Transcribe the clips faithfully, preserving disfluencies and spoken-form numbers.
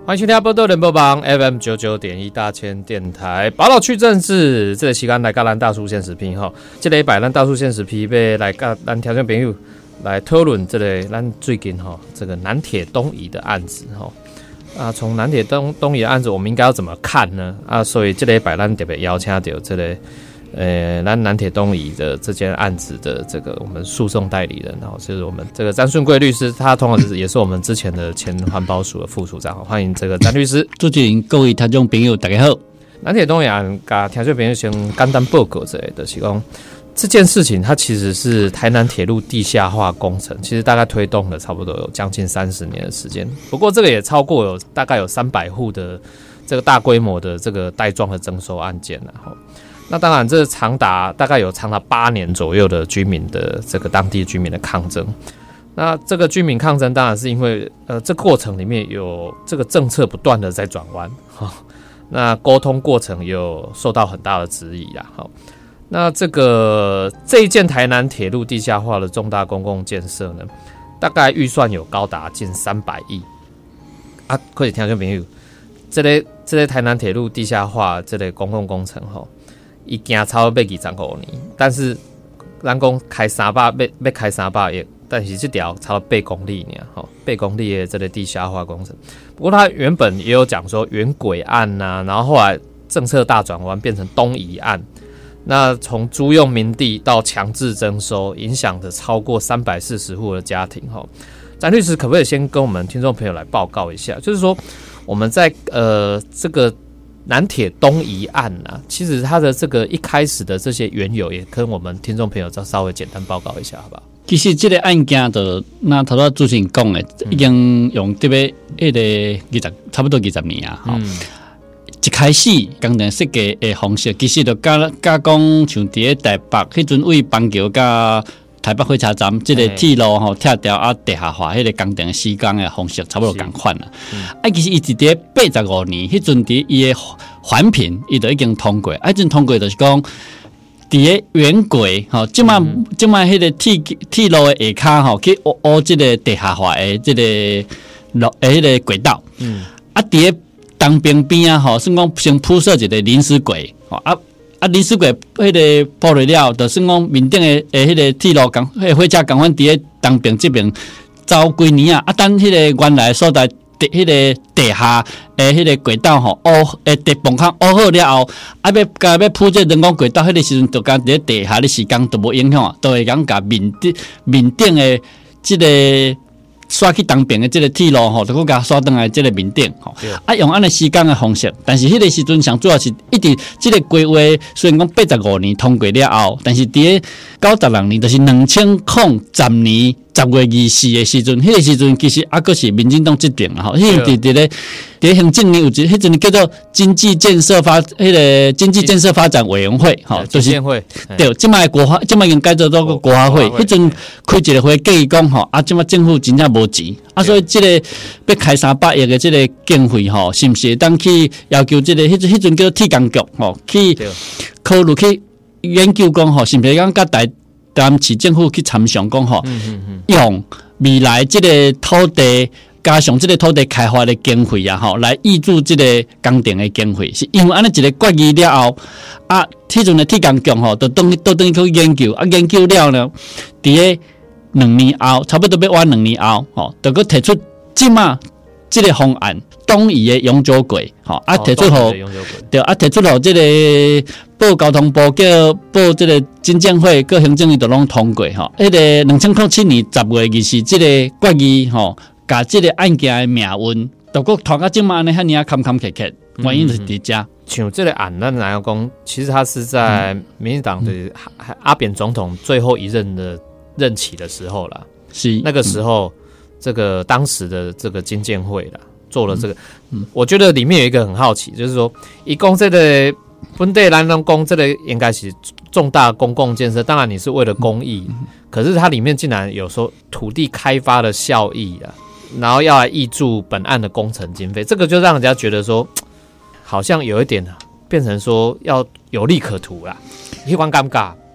欢迎收听波多联播网 F M 九九点一大千电台，宝岛区政治这个时间来跟咱大叔现实篇哈，这个礼拜咱大叔现实篇要来跟咱听众朋友来讨论这个咱最近哈这个南铁东移的案子哈啊，从南铁东东移的案子我们应该要怎么看呢？啊，所以这个礼拜咱特别邀请到这个呃咱南铁东移的这件案子的这个我们诉讼代理人，然后就是我们这个詹顺贵律师，他同时也是我们之前的前环保署的副署长，欢迎这个詹律师。 主持人各位听众朋友大家好。 南铁东移案，甲听众朋友先简单报告一下，就是讲这件事情它其实是台南铁路地下化工程，其实大概推动了差不多有将近三十年的时间，不过这个也超过有大概有三百户的这个大规模的这个带状的征收案件啦。那当然这长达大概有长达八年左右的居民的这个当地居民的抗争。那这个居民抗争当然是因为呃这过程里面有这个政策不断的在转弯，那沟通过程有受到很大的质疑啦。那这个这一件台南铁路地下化的重大公共建设呢，大概预算有高达近三百亿啊！可以听众朋友，这个这个台南铁路地下化这类公共工程吼，已经超过要二十五年，但是咱讲开三百，要要开三百亿，但是这条超八公里呢，吼，八公里的这类地下化工程。不过它原本也有讲说原轨案呐、啊，然后后来政策大转弯变成东移案。那从租用民地到强制征收，影响的超过三百四十户的家庭。詹律师可不可以先跟我们听众朋友来报告一下，就是说我们在呃这个南铁东移案啊，其实它的这个一开始的这些缘由，也跟我们听众朋友再稍微简单报告一下，好不好？ 其实这个案件就那头头主持人讲的，已经用这个迄个二十差不多二十年啊，嗯一开始工程设计的方式，其实就甲甲讲像伫咧台北迄阵为邦桥甲台北火车站即个铁路吼拆掉啊地下化，迄个工程施工的方式差不多共款啦。啊，其实伊伫咧八十五年迄阵伫伊的环评，伊就已经通过。啊，迄阵通过就是讲伫咧原轨吼，即卖即卖迄个铁铁路的下骹吼去挖即个地下化的即个路诶迄个轨道。嗯，啊，伫咧东边边啊，吼，算讲先铺设一个临时轨，吼啊啊，临时轨迄个铺落了，就算讲面顶的诶迄个铁路港，迄个火车港湾伫咧东边这边走几年啊，啊，等迄个原来所在地迄个地下诶迄个轨道吼，挖诶地崩坑挖好了后，啊要甲要铺这人工轨道，迄个时阵就甲伫咧地下咧时间都无影响啊，都会讲甲面顶面顶诶即个。刷去东边的这个铁路吼，就搁甲刷转来这个面顶吼，啊用安尼施工的方式，但是迄个时阵上主要是一直这个规划虽然讲八十五年通过了后，但是伫咧九十六年，就是两千零十年十月二四的时阵，迄、那个时阵其實啊，佫是民進黨執政啦吼，迄個伫伫咧伫行政院有一迄陣叫做經濟建設發，迄、那個經濟建設發展委員會吼，就是對，即擺國發，即擺已經改做做個國發會，迄陣開一個會建議講吼，啊，即擺政府真正無錢，啊，所以即個要開三百億的即個經費吼，是毋是當去要求即、這個迄陣迄陣叫鐵工局吼，去考慮去研究講吼，是毋是講甲台台南市政府去參詳講吼，用未來即個土地加上即個土地開發的經費啊，吼，來挹注即個工程的經費，是因為安尼一個決議了後，啊，迄陣的鐵工局吼，都等都等去研究，啊，研究了呢，佇咧兩年後，差不多要完兩年後，吼，就佮提出即馬即個方案，東移的永久軌，吼，啊，提出互，對，啊，提出互即個。報交通部叫報這個經政會各行政院都攏通過吼，迄個兩千零七年十月二十這個決議吼，甲這個案件的命運，都閣拖到今嘛呢，遐爾啊坎坎坷坷，原因就是佇遮。 像這個案，咱來講，其實他是在民進黨的阿扁總統最後一任的任期的時候啦，是那個時候，這個當時的這個經建會啦，做了這個，嗯，我覺得裡面有一個很好奇，就是說，一共這個。本地南農工這個應該是重大公共建設，當然你是為了公益，可是它裡面竟然有說土地開發的效益啊，然後要來挹注本案的工程經費，這個就讓人家覺得說，好像有一點變成說要有利可圖啦，迄款尷尬。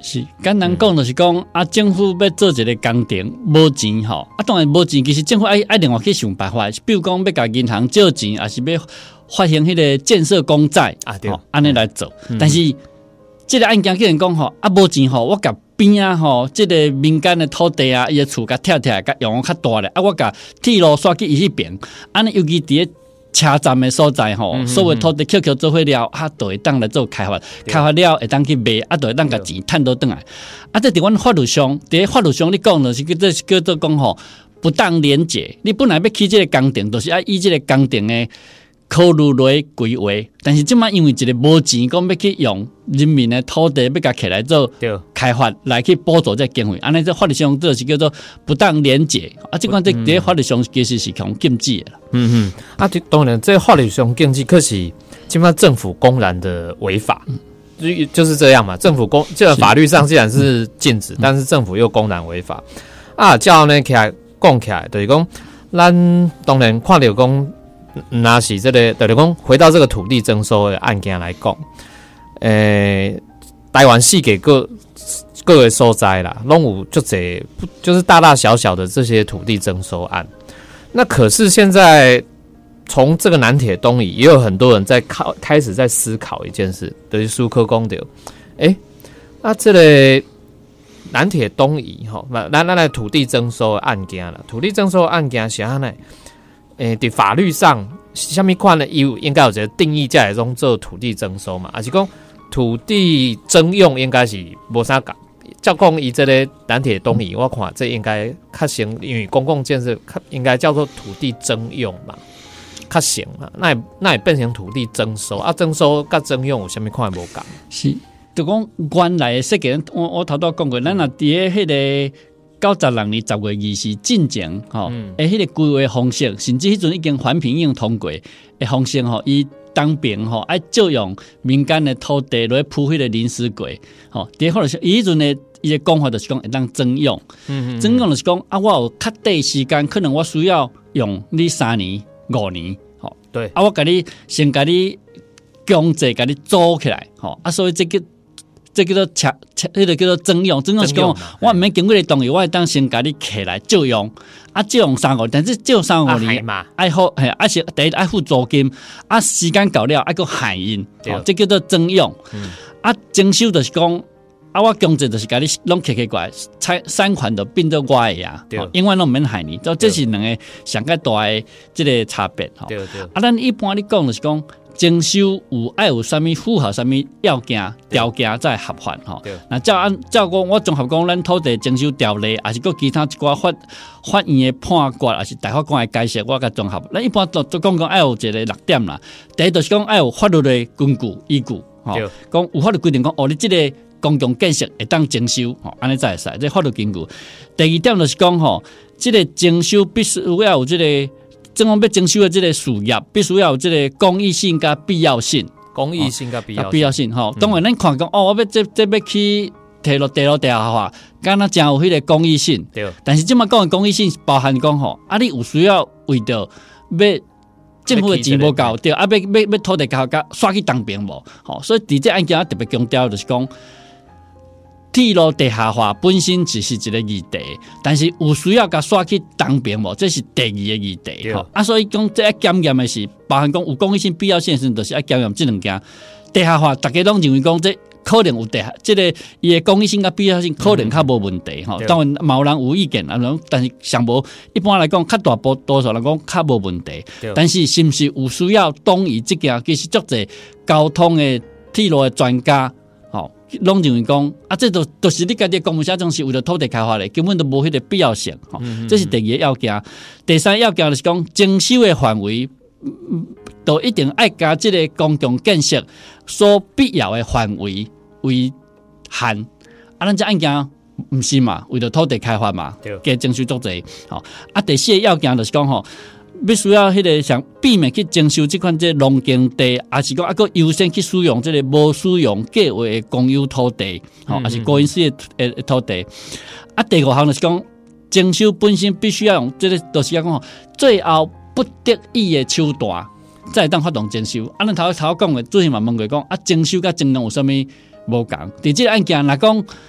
是简单讲就是讲、嗯、啊，政府要做一个工程无钱吼，啊当然无钱，其实政府爱爱另外去想办法，比如讲要甲银行借钱，还是要发行迄个建设公债啊，对，安尼、哦、来做。嗯、但是这个案件既然讲吼啊无钱吼，我甲边啊吼，这个民间的土地啊，伊的厝甲拆拆，甲用较大咧，啊我甲铁路刷去伊迄边，安尼尤其伫个车站的所在吼，嗯、所有土地 Q Q 做伙了，啊，就会当来做开发，开发了会当去卖，啊，就会当甲钱趁倒转来。啊，这伫阮法律上，伫法律上你讲就是叫做叫做讲吼不当连结。你本来要起这个工程，就是要以这个工程的考虑来规划，但是即摆因为一个无钱，讲要去用人民的土地要甲起来做开发，来去补助这经费，安尼这法律上这是叫做不当连结。啊，即款这伫法律上其实是强禁止的啦。嗯嗯，啊，当然这法律上禁止，可是即摆政府公然的违法。嗯就就是这样嘛，政府公这个法律上既然是禁止，是但是政府又公然违法啊，叫呢起来讲起来，就是讲，咱当然看到讲，那是这个，就是讲回到这个土地征收的案件来讲，诶、欸，台湾四个各各个所在啦，拢有就这就是大大小小的这些土地征收案，那可是现在。从这个南铁东移，也有很多人在开始在思考一件事，就是苏科公的，哎，那这个南铁东移哈，那那那土地征收案件啦，土地征收案件是安呢，诶，在法律上什么款的义务应该有一个定义在中做土地征收嘛，还是讲土地征用应该是无啥讲，照讲以这个南铁东移，我看这应该较行，因为公共建设应该叫做土地征用嘛。较行啊，那也那也变成土地征收啊，征收甲征用有啥物款无共？ 是，就讲原来的设计，我我头拄讲过，咱若伫迄个九十六年十月二十进前吼，诶，迄、嗯、个规划方式，甚至迄阵已经环评已经通过诶方式吼，伊当兵吼爱借用民间的土地来铺迄个临时轨，吼，第二是伊迄阵的伊的讲法就是讲会当征用，嗯嗯征用就是讲啊，我有较短时间，可能我需要用你三年。五年，吼，对，啊，我甲你先甲你强制甲你租起来，吼，啊，所以这个这叫做车，迄个叫做征用，征用是讲我毋免经过你同意，我会当先甲你起来借用，啊，借用三五，但是借用三五年，爱好系，啊是第一爱付租金，啊，时间到了爱个海印，哦，这叫做征用，嗯、啊，征收就是讲。啊，我强制就是甲你拢起起过来，三款就变做我的呀，永远拢毋免害你，这是两个上较大的这个差别吼。对对。啊，咱一般你讲就是讲征收有爱有啥物符合啥物要件条件才合法吼。那照按照讲，我综合讲，咱土地征收条例，还是个其他一寡法法院的判决，还是大法官的解释，我甲综合。咱一般都都讲讲爱有一个六点啦。第一就是讲爱有法律的根据依据，吼，讲有法律规定讲，哦，你这个。公共建设会当征收，吼，安尼才会使，这法律根据。第二点就是讲，吼，这个征收必须要有这个政府要征收的这个事业，必须要有这个公益性跟必要性。 公益性跟必要性， 必要性，吼。当然，咱看讲，哦，我要这这要去提落地落地下化，敢若真有迄个公益性。对。但是这么讲的公益性，包含讲，吼，啊，你有需要为着要。政府的钱无够，对，啊，要要要土地交甲刷去当兵无，吼，所以伫这案件特别强调就是讲。铁路地下化本身只是一个议题，但是有需要甲刷去当兵无，这是第二个议题。啊，所以讲这要检验的是，包含讲有公益性、必要性时，就是要检验这两件。地下化，大家拢认为讲这可能有地下，这个伊的公益性甲必要性可能较无问题吼。当然，某人有意见啊，但是上无一般来讲，较大部多数人讲较无问题。但是是毋是有需要东移这件，其实足侪交通的铁路的专家。拢认为讲啊，这都都是你家己公务车种是为了土地开发的，根本都无迄个必要性。吼、嗯，这是第二个要件。第三要件就是讲征收的范围，都一定爱加这个公共建设所必要的范围为限。啊，咱这案件毋是嘛？为了土地开发嘛，加征收足侪。吼，啊，第四个要件就是讲吼。必须要迄个想避免去征收这款这农耕地，还是讲啊个优先去使用这个无使用计划的公有土地，吼、嗯，还是国营事业的土地。啊，第五项就是讲征收本身必须要用这个，就是讲吼，最后不得已的手段，再当发动征收。啊，咱头头讲的，之前嘛问过讲啊，征收甲征用有啥物无共？伫这个案件来讲。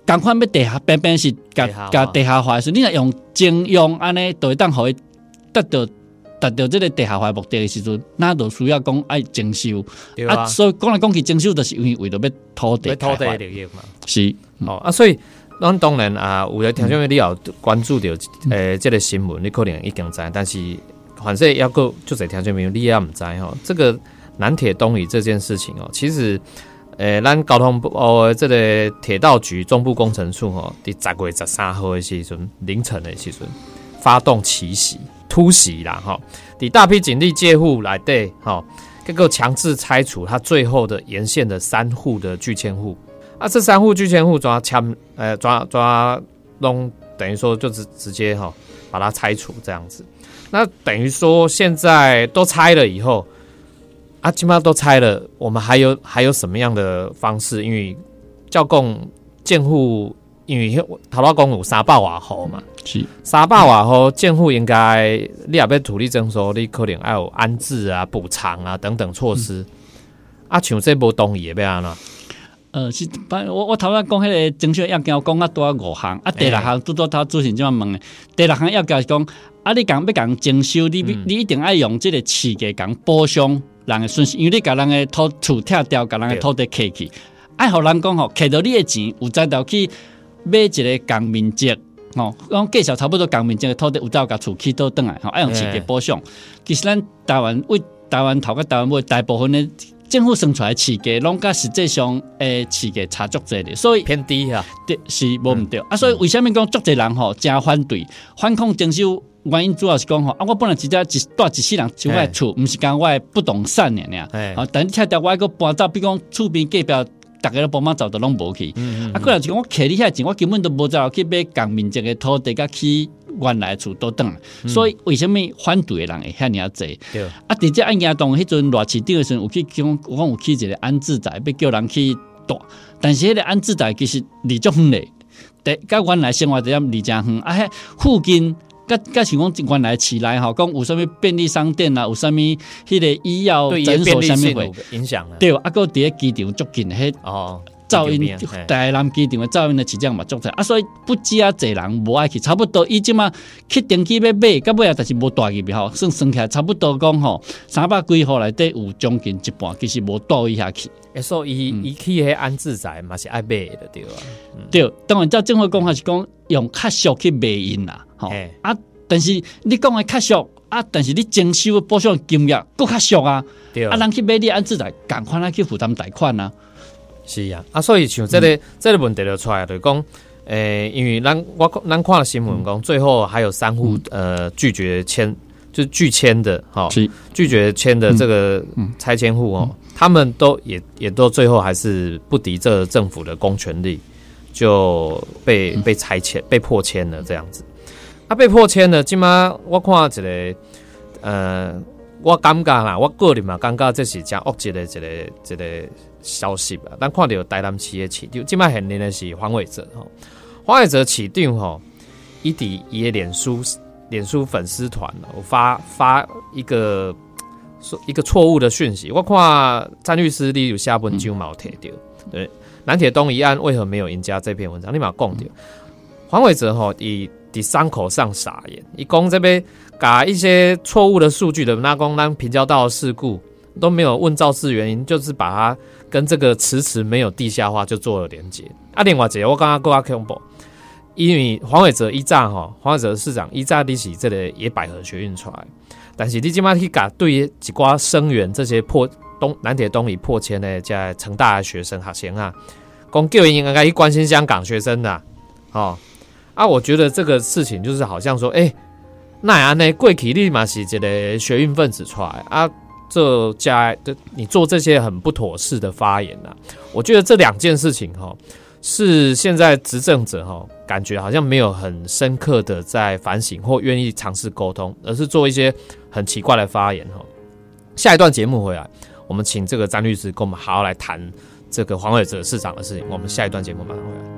赶快要地下边边是甲甲地下化，是你若用精用安尼，就会当互伊达到达到这个地下化目的的时阵，那就需要讲爱征收。啊，啊所以讲来讲去征收，就是因为为了要土地土地利益嘛。 是， 嗯、哦啊，所以咱当然啊，有的听众你有关注到诶这个新闻，你可能已经知，但是反正要够就在听众朋友你也唔知吼，这个南铁东移这件事情哦，其实。诶，咱交通部哦，这个铁道局中部工程处吼，伫十月十三号的时阵，凌晨的时阵发动奇袭突袭啦，吼，伫大批警力介护内底，吼，结果强制拆除它最后的沿线的三户的拒迁户。啊，这三户拒迁户抓签，呃，抓抓弄，等于说就直直接哈把它拆除这样子。那等于说现在都拆了以后。啊，基本上都拆了，我们还有还有什么样的方式？因为照讲建户，因为头头讲有三百瓦户嘛， 是三百瓦户建户应该你也要土地征收，你可能要有安置啊、补偿啊等等措施。嗯、啊，像这无同意的要安怎？ 呃，是，我我头先讲迄个征收要件，我讲啊多五项，啊第六项拄拄头主持人这样问的，第六项要件是讲，啊你讲要讲征收，你、嗯、你一定要用这个市价讲补偿。人的损失，因为你甲人的土厝拆掉，甲人的土地摕去，爱互人讲吼，摕到你的钱，有再到去买一个共面积，吼，讲介绍差不多共面积的土地，有再甲厝起倒转来，吼，爱用市价补偿。其实咱台湾为台湾头甲台湾尾大部分的政府算出来的市价，拢甲实际上诶市价差足济的，所以偏低啊， 对，是无毋对、嗯、啊。所以为什么讲足济人吼真反对反抗征收？原因主要是讲吼，啊，我本来直接一带一世人住我的厝，毋是讲我的不动产尔尔。啊，但你拆掉我个搬走，比如讲厝边隔壁，大家都帮忙走，都拢无去。嗯嗯啊，过来就讲我摕你遐钱，我根本都无走去买共面积的土地，甲去原来的厝倒转来。嗯、所以为什么反对的人会遐尔济？啊，直接按亚当迄阵热市场的时候，有去讲，我讲有去一个安置宅，要叫人去住，但是迄个安置宅其实离足远嘞，第甲原来生活地点离真远，啊，迄附近。甲甲像讲原来市内吼，讲有啥物便利商店啊，有啥物迄个医药诊所啥物会影响啊？ 对，啊，个伫咧机场足近迄哦，噪音台南机场的噪音的市场嘛足济啊，所以不止啊，侪人无爱去，差不多伊即马去登记要买，到尾啊，但是无带入去吼，算算起来差不多讲吼，三百几户内底有将近一半，其实无带伊遐去。 诶，所以伊伊去迄安置宅嘛是爱买的对啊、 嗯，对，当然照政府讲法是讲用较俗去卖因啦。啊！但是你讲的较俗啊，但是你征收的补偿金额更较俗啊！啊，人去买你安置来，赶快来去负担贷款啊！ 是啊，啊，所以像这个、嗯、这个问题就出来，就是讲，诶、欸，因为咱我咱看了新闻讲，最后还有三户、嗯、呃拒绝签，就是拒签的，哈、哦，拒绝签的这个拆迁户哦，嗯、他们都也也都最后还是不敌这政府的公权力，就被、嗯、被拆迁、被迫迁了这样子。啊，被迫迁了，即马我看一个，呃，我感觉啦，我个人嘛感觉这是真恶质的一个一个消息啊。咱看到台南市的市长，即马现任的是黄伟哲吼，黄伟哲市长吼，伊伫伊的脸书脸书粉丝团有发发一个一个错误的讯息。我看詹律师你有下文章嘛有提到，对，南铁东一案为何没有赢家这篇文章，你嘛讲到黄伟哲吼伊。伫伤口上撒盐，伊讲这边把一些错误的数据的那公咱平交道的事故都没有问肇事原因，就是把它跟这个迟迟没有地下化就做了连结。啊，另外一个我刚刚更加恐怖，因为黄伟哲一炸哈，黄伟哲市长一炸你是这个野百合学运出来，但是你今麦去甲对于一寡生源这些破东南铁东移破迁的在成大的学生学生啊，讲叫因应该去关心香港学生的、啊，哦。啊，我觉得这个事情就是好像说，哎、欸，那样呢，贵体立马是一个学运分子出来啊，这加你做这些很不妥适的发言啊，我觉得这两件事情哈，是现在执政者哈，感觉好像没有很深刻的在反省或愿意尝试沟通，而是做一些很奇怪的发言哈。下一段节目回来，我们请这个詹律师跟我们好好来谈这个黄伟哲市长的事情。我们下一段节目马上回来。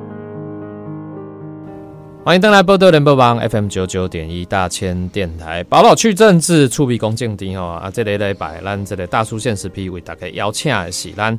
欢迎登来报道联播网 F M 九九点一大千电台，宝岛去政治，触鼻公正敌吼啊！这个礼拜咱这个大叔现实批为大家邀请的是咱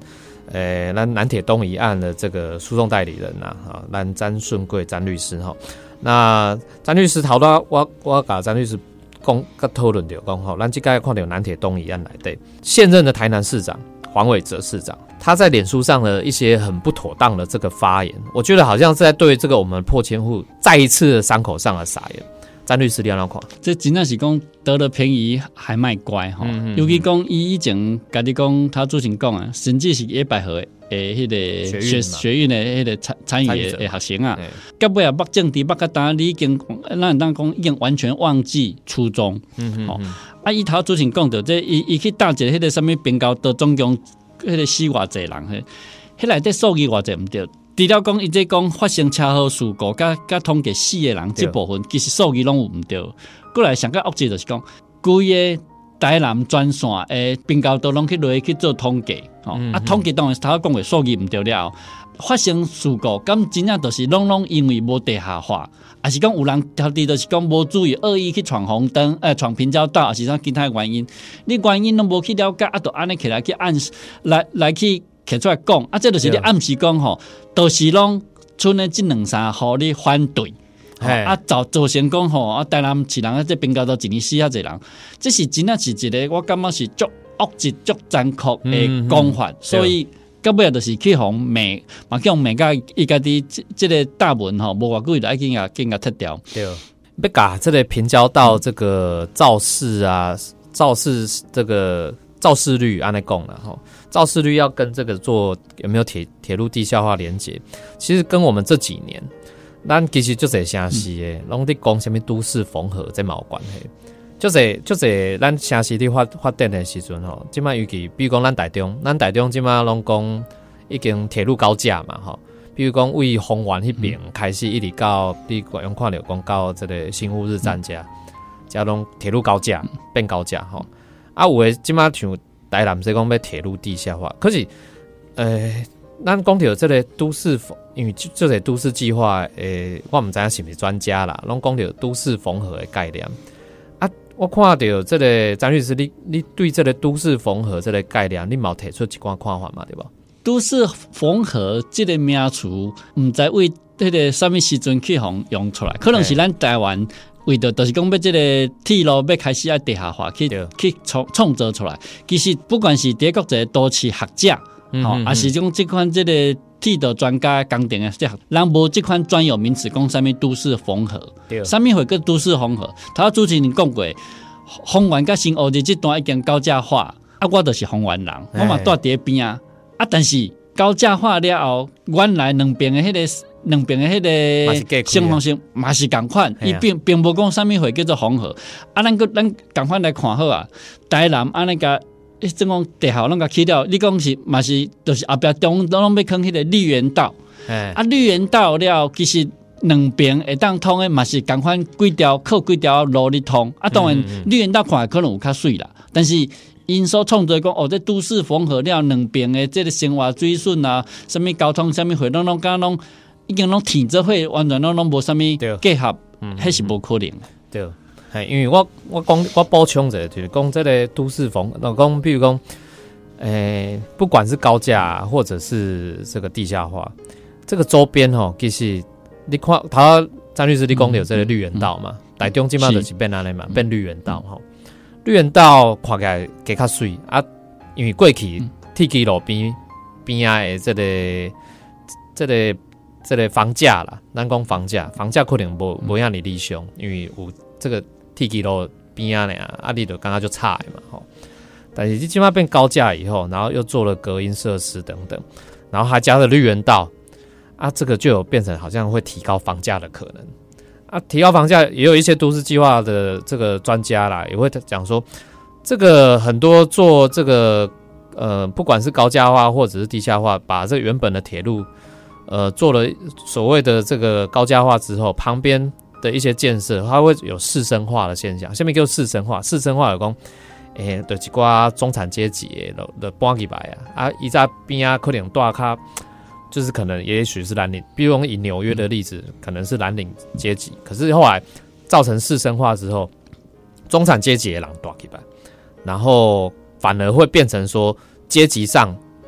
呃，咱南铁东一案的这个诉讼代理人呐、啊，啊，咱詹顺贵詹律师哈。那詹律师头到我我甲詹律师讲甲讨论着讲吼，咱即个看到南铁东一案内底，现任的台南市长黄伟哲市长，他在脸书上的一些很不妥当的这个发言，我觉得好像是在对这个我们破千户再一次的伤口上的撒盐。詹律师你怎样看？ 这真的是讲得了便宜还卖乖哈、嗯，尤其讲伊以前家己讲他之前讲啊，甚至是野百合的迄个学学院的迄个参参与的学生啊，到尾啊捌政治捌甲当，你已经咱当讲已经完全忘记初衷。嗯嗯、哦，啊，伊头之前讲到这，伊伊去打一个迄个什么边高，都总共迄个死偌济人，迄迄内底数据偌济毋对。除了讲，伊这讲发生车祸事故，甲甲统计死个人这部分，其实数据拢有毋对。过来上较恶质就是讲，规个台南专线诶，并高都拢去落去做统计，哦、嗯，啊，统计当然是头讲话数据毋对了后，发生事故，咁真正就是拢拢因为无地下化，还是讲有人挑滴就是讲无注意恶意去闯红灯，诶、呃，闯平交道，还是啥其他原因，你原因拢无去了解，啊，就安尼起来去暗示来来去。摕出来讲，啊，这就是你暗时讲吼，都是拢剩的这两三户你反对，啊，造造成讲吼，啊，台南市人啊，这边高头一年死遐侪人，这是真正是一个我感觉是足恶质、足残酷的讲法，嗯、所以到尾就是去互骂，嘛去互骂甲伊家己这个大文吼，无偌久就已经啊，经甲踢掉。 对，要甲这个平交道这个肇事啊，肇事这个肇事率安尼讲啦吼。肇事率要跟这个做有没有铁铁路地下化连结，其实跟我们这几年，咱其实就侪城市诶，拢伫讲什么都市缝合，这嘛有关系。就侪就侪咱城市伫发发展的时阵吼，即摆尤其比如讲咱台中，咱台中即摆拢讲已经铁路高架嘛吼，比如讲为丰原迄边开始一直到，比如用看到讲到这个新乌日站家，加拢铁路高架变高架吼，啊有诶即摆像。台南是讲要铁路地下化，可是，呃，咱讲到这个都市，因为这个都市计划，诶、呃，我唔知影是不是专家啦，拢讲到都市缝合的概念。啊，我看到这个詹律师，你你对这个都市缝合这个概念，你冇提出一寡看法嘛？对吧？ 都市缝合这个名词，唔知为迄个什么时阵去用用出来，可能是咱台湾。为着就是讲要这个铁路要开始要地下化，去去创创造出来。其实不管是伫国际都市学者，嗯嗯嗯还是讲这款这个铁道专家工程的这人无这款专有名词，讲什么都市缝合，什么会叫都市缝合？头主持人讲过，丰原甲新乌日这段已经高架化，啊，我就是丰原人，我嘛住伫边啊，啊，但是高架化了后，原来两边的迄、那个。两边的迄个相方性嘛是共款，伊并并无讲啥物会叫做缝合。啊，咱个咱共款来看好啊，台南安尼个，即讲地下拢甲起掉，你讲是嘛是，就是后壁中拢拢要坑迄个绿园道。啊，绿园道了，其实两边会当通的嘛是共款几条靠几条路里通。啊，当然、嗯嗯、绿园道看可能有较水啦，但是。因所创造讲哦，这都市缝合了两边的这个生活水准啊，什么交通什么会拢拢敢拢已经拢体制会完全拢拢无什么结合，迄是无可能。 对，系因为我我讲我补充者就是讲这个都市缝，那讲比如讲，诶、欸，不管是高架或者是这个地下化，这个周边吼，其实你看，他张律师你讲有这个绿园道嘛，台中即马就是变安尼嘛，变绿园道吼。绿园道看起来加较水啊，因为过去铁基路边边啊的这个这个这个房价啦，咱讲房价，房价可能无无遐尼理想，因为有这个铁基路边啊呢，啊你就刚刚就差嘛吼。但是你起码变高架以后，然后又做了隔音设施等等，然后还加了绿园道啊，这个就有变成好像会提高房价的可能。啊，提高房价也有一些都市计划的这个专家啦，也会讲说，这个很多做这个呃，不管是高架化或者是地下化，把这原本的铁路呃做了所谓的这个高架化之后，旁边的一些建设，它会有士绅化的现象。下面叫士绅化，士绅化有讲，诶、欸，就一寡中产阶级的的搬起来啊，啊，伊在边啊可能大卡。就是可能也许是蓝领，比如以纽约的例子，可能是蓝领阶级，可是后来造成士绅化之后，中产阶级也人大起来，然后反而会变成说阶级上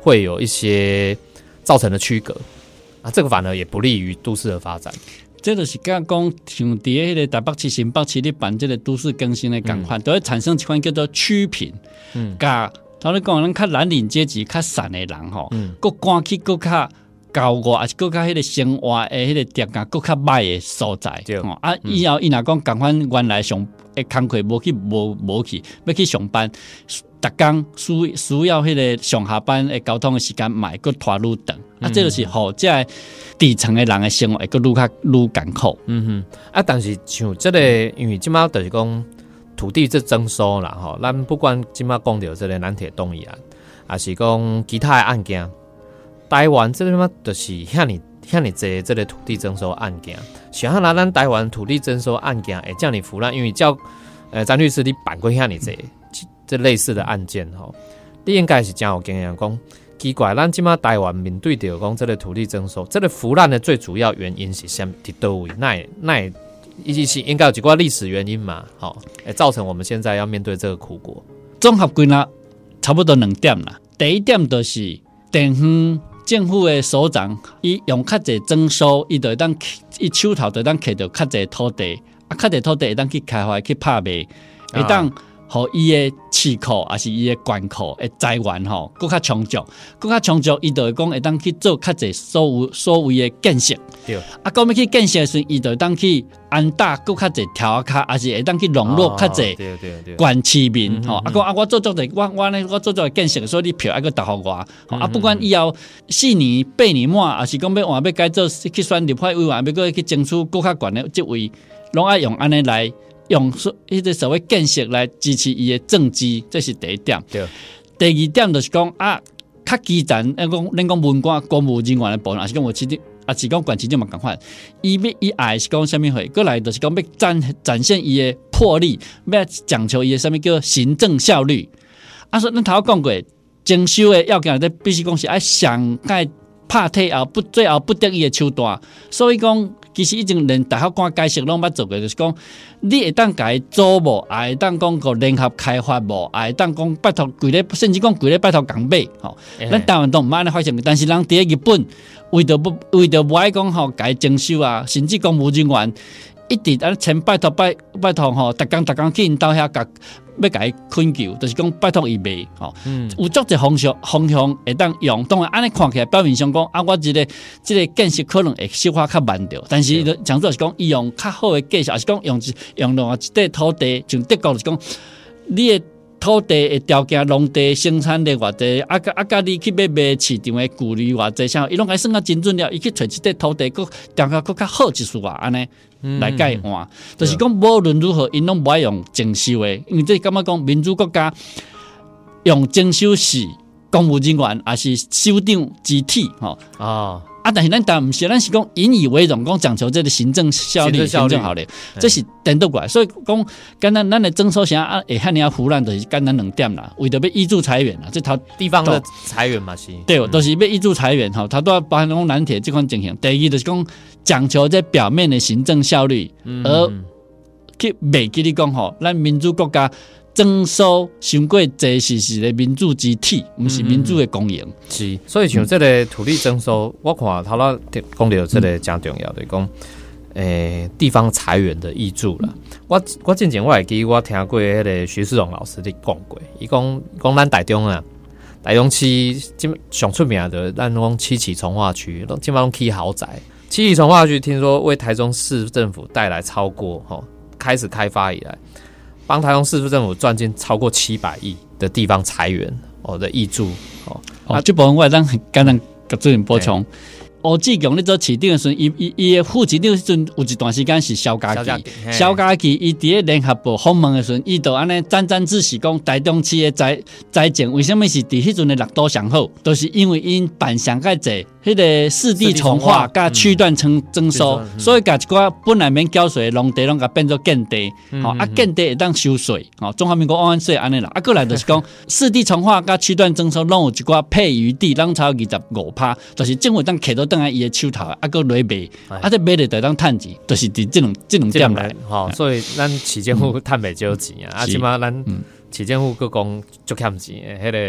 会有一些造成的区隔啊，这个反而也不利于都市的发展。 这就是甲讲，像伫迄个台北市、新北市咧办这个都市更新的共款，都、嗯、会产生一款叫做区贫。嗯，甲头咧讲，咱较蓝领阶级较散的人吼，嗯，佫赶去佫较郊外，还是佫较迄个生活的迄个条件佫较歹的所在。吼、哦、啊，嗯、以後伊若講共款原來上的工課無去無無去，要去上班，逐工需需要迄個上下班的交通的時間，嘛會佫拖愈長。啊，這就是互這個底層的人的生活會佫愈較愈艱苦。 嗯哼，啊，但是像這個，因為即馬就是講土地這徵收啦，吼，咱不管即馬講到這個南鐵東移案，還是講其他的案件，台灣這個嘛，就是遐尼遐尼濟這個土地徵收案件，想要拿咱台灣土地徵收案件會這樣腐爛，因為叫呃詹律師你辦過遐尼濟這類似的案件吼，你應該是真有經驗講。奇怪，咱即馬台灣面對着講這個土地徵收，這個腐爛的最主要原因是什麼？佇倒位？那那一是應該有幾個歷史原因嘛？好，誒，造成我們現在要面對這個苦果。 綜合歸納，差不多兩點啦。第一點就是地方政府的首長，伊用較濟徵收，伊就會當伊手頭就會當摕到較濟土地，啊，較濟土地會當去開發去拍賣，會當。互伊的市庫，還是伊的官庫的財源吼，更較充足，更較充足，伊就會講會當去做較濟所有所謂的建設。對，啊，講要去建設的時候，伊就會當去安搭更較濟條卡，還是會當去籠絡較濟縣市民吼。啊，講啊，我做做的，我我呢，我做做的建設，所以你票愛個投互我。嗯、啊，不管以後四年八年滿，還是講要換要改做去選立法委員，要個去爭取更較懸的職位，攏愛用安尼來。用迄個所謂建設來支持伊的政績，這是第一點。對，第二點就是講啊，較基層，咱講咱講文官公務人員的部分，還是講我市長，還是講縣市長嘛共款。伊要伊愛是講啥物貨？過來就是講要展展現伊的魄力，要講求伊的啥物叫行政效率。啊，說咱頭講過，徵收的要件，咱必須講是愛上蓋拍退後不最後不得已的手段，所以講。其實已經連大學官解釋攏捌做過，就是講你會當甲伊租無，也會當講個聯合開發無，也會當講拜託規個，甚至講規個拜託共買吼。咱台灣都毋捌安尼發生，但是人佇咧日本為着不為着無愛講吼，甲伊徵收啊，甚至公務人員一直安前拜託拜拜託吼，逐工逐工去因兜遐甲。要甲伊困求，就是講拜託伊賣吼，嗯、有足隻方向方向會當用。當然，安尼看起來表面上講啊，我一個即個建設可能會小可較慢着，但是講做是講伊用較好的技術，還是講用用另外一塊土地，像德國就是講你的土地的條件，農地生產力偌濟，啊甲啊甲你去要賣市場的距離偌濟，啥伊攏甲算啊真準了，伊去找一塊土地，佫條件佫較好一絲話安尼。來改換，就是講無論如何，因攏不愛用徵收的，因為這感覺講民主國家用徵收是公務人員，還是首長集體吼啊。啊，但是咱但唔是，咱是講引以為榮，講講求這個行政效率、行政效率，這是顛倒過來。所以講，簡單咱的徵收啥啊，會遐爾啊腐爛，就是簡單兩點啦。為着要挹注財源啦，這頭地方的財源嘛是。 對，都、就是要挹注財源吼，它都要包含講南鐵這款情形。第二就是講講求這表面的行政效率，嗯、而去袂記你講吼，咱民主國家。徵收傷過濟是是個民主集體，唔是民主的公營。 是，所以像這個土地徵收，我看頭啦講到這個真重要的，講誒、欸、地方財源的挹注啦。我我之前我會記，我聽過迄個徐世榮老師咧講過，伊講講咱台中啊，台中市今上出名的，咱講七期重劃區，基本上起豪宅。七期重劃區聽說為台中市政府帶來超過吼、哦、開始開發以來。幫台中市政府賺進超過七百億的地方財源哦的挹注哦， 啊，這部分我會當簡單甲主任補充。吳志強咧做市長的時候，伊伊伊的副市長的時陣有一段時間是蕭家琪，蕭家琪伊佇咧聯合報訪問的時候，伊就安尼沾沾自喜講台中市的財財政為什麼是佇迄陣的綠島上好，都、就是因為因辦上介濟。迄個市地重劃甲區段徵徵收，嗯、所以甲一寡本來免繳稅的農地攏甲變做建地，吼、嗯嗯、啊建地會當收稅，吼中華民國安稅安尼啦。啊，過來就是講市地重劃甲區段徵收，攏有一寡配餘地，攏超二十五趴，就是政府當摕到等下伊的手頭，啊個來賣，啊這賣了就當趁錢，就是佇這兩這兩點來， 吼、嗯。所以咱市政府趁袂少錢啊，啊起碼咱市政府佫講足欠錢的，迄個。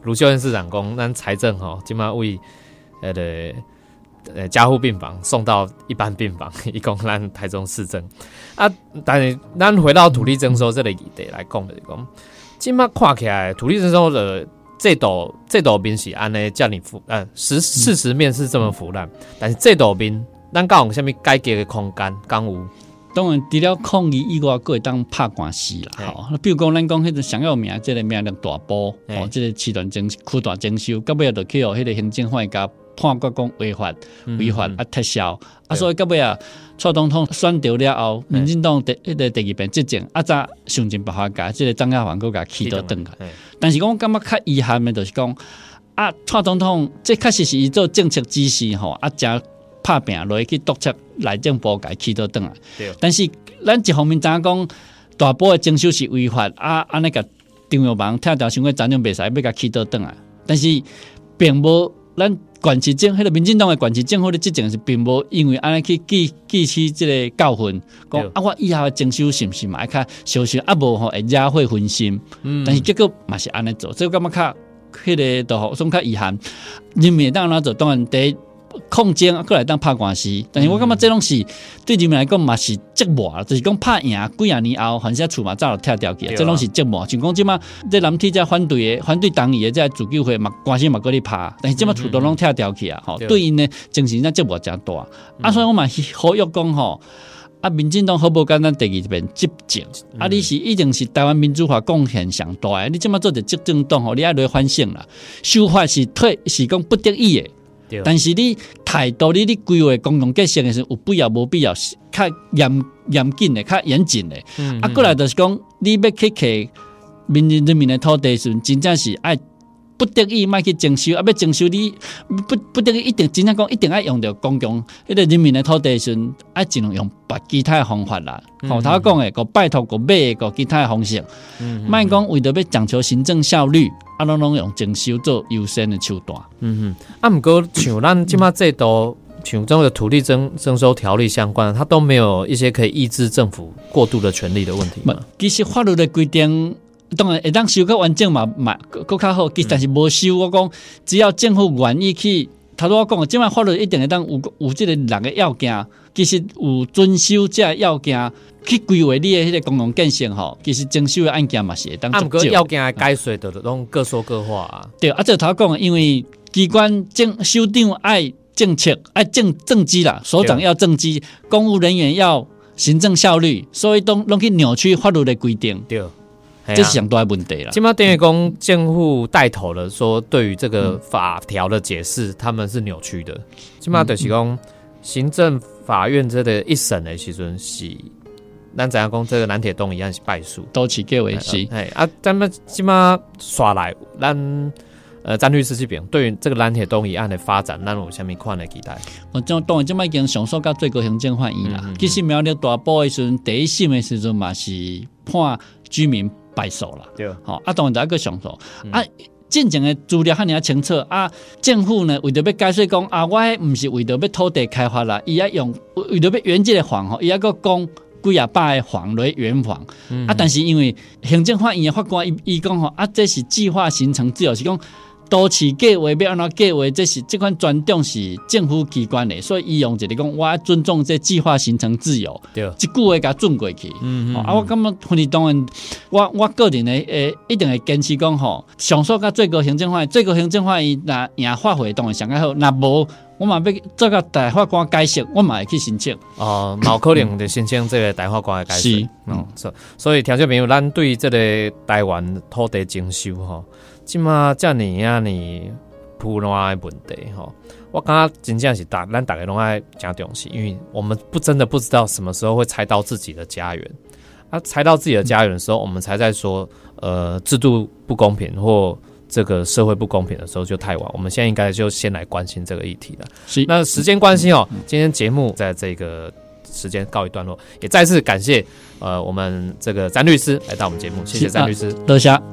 卢秀燕市长讲，咱财政吼，今嘛为呃的呃加护病房送到一般病房，一共咱台中市政啊。但是咱回到土地征收这个议题来讲，就是讲，今嘛看起来土地征收的这道这道面是安尼叫你腐呃实事实面是这么腐烂，但是这道面咱讲有啥物改革的空间，讲有。 当然，除了抗议以外，还会当拍官司啦。吼，比如讲，咱讲迄个上有名，即个命令大埔，哦，即个市段征区段征收，到尾就去互迄个行政法院甲判决讲违法、违法啊撤销啊，所以到尾啊，蔡总统选掉了后，民进党第迄个第二遍执政，啊早想尽办法甲即个张亚环佫甲起倒转来。但是讲感觉较遗憾的，就是讲啊，蔡总统这确实是伊做政策指示吼，啊，真拍拼落去督促内政部甲起倒转来。但是咱一方面知影讲大埔的征收是违法，啊，安尼甲张耀邦跳条想过责任袂使要甲起倒转来，但是并无咱县市政迄个民进党的县市政府的执政是并无因为安尼去记记起即个教训，讲啊我以后的征收是毋是嘛爱较小心啊无吼会惹火分心，嗯、但是结果嘛是安尼做，所以我感觉较迄个就算较遗憾，人民当然做当然第一。抗争啊，过来当拍官司，但是我感觉这拢是对人民来讲嘛是折磨，就是讲拍赢几啊年后，反正厝嘛早就拆掉去，这拢是折磨。像讲即马这蓝体在反对的、反对党议的这自救会嘛，官司嘛搁咧拍，但是即马厝都拢拆掉去啊，吼、嗯，对因呢精神上折磨真大。嗯、啊，所以我嘛呼吁讲吼，啊，民进党好无简单第二遍执政，嗯、啊，你是一定是台湾民主化贡献上大的，你即马做者执政党吼，你爱来反省啦，修法是退是讲不得已的。但是你态度，你你规划公共决策的时候，有必要无必要，较严严谨的、较严谨的。嗯嗯啊，过来就是讲，你要去摕民人民的土地时，真正是爱不得已卖去征收，啊，要征收你不不得已一定真正讲一定要用到公共迄个人民的土地时，爱尽量用别其他的方法啦。后头讲的，个拜托个买个其他的方式，卖讲为着要讲求行政效率。啊，拢拢用征收做优先的手段。 嗯哼，啊，不过像咱即马制度，像这个土地征征收条例相关的，它都没有一些可以抑制政府过度的权利的问题吗？ 其实法律的规定，当然会当修较完整嘛，嘛更较好。但是无修，我讲只要政府愿意去，头拄我讲，即马法律一定会当有有即个六个要件，其实有遵守这个要件。去规划你的迄个公共建设吼，其实征收的案件嘛是会当足少。啊，要件的解说的拢各说各话啊。 对，啊，这头讲，因为机关政首长爱政策爱政政绩啦，首长要政绩，公务人员要行政效率，所以都拢去扭曲法律的规定。 对， 这是上大的问题啦。 今嘛等于讲政府带头了，说对于这个法条的解释，他们是扭曲的。今嘛就是讲行政法院这个一审的时阵是。咱知影讲这个南铁东一样是败诉， 都起计为是。 哎啊，咱们即马刷来，咱呃詹律师这边对于这个南铁东一案的发展，咱有啥物款的期待？ 我当当然即马已经上诉到最高行政法院啦。嗯嗯、其实苗栗大埔的时阵，第一审的时阵嘛是判居民败诉啦。对，好、哦、啊，当然就一个上诉、嗯、啊。进前的资料遐尔清楚啊，政府呢为着要解释讲啊，我迄唔是为着要土地开发啦，伊要用为着要圆这个房吼，伊要个讲。几啊百个房来圆房、嗯、啊，但是因为行政法院的法官伊伊讲吼啊，这是计划形成自由，是讲都市计划要安怎计划，这是这款专长是政府机关的，所以伊用一个讲我尊重这计划形成自由，对，一句话甲转过去。嗯嗯、啊，我感觉分离当然，我我个人的诶一定会坚持讲吼，上诉到最高行政法院，最高行政法院若赢法会当然上较好，若无。我嘛要做个大法官解释，我嘛会去申请。哦， 冇可能就申请这个大法官的解释。嗯，所所以听众朋友，咱对这个台湾土地征收吼，即马这尼啊尼普乱的问题吼，我感觉真正是大，咱大家拢爱真重视，因为我们不真的不知道什么时候会拆到自己的家园。啊，拆到自己的家园的时候，我们才在说，呃，制度不公平或。这个社会不公平的时候就太晚，我们现在应该就先来关心这个议题了。是，那时间关系哦，今天节目在这个时间告一段落，也再次感谢呃我们这个詹律师来到我们节目，谢谢詹律师， 多谢。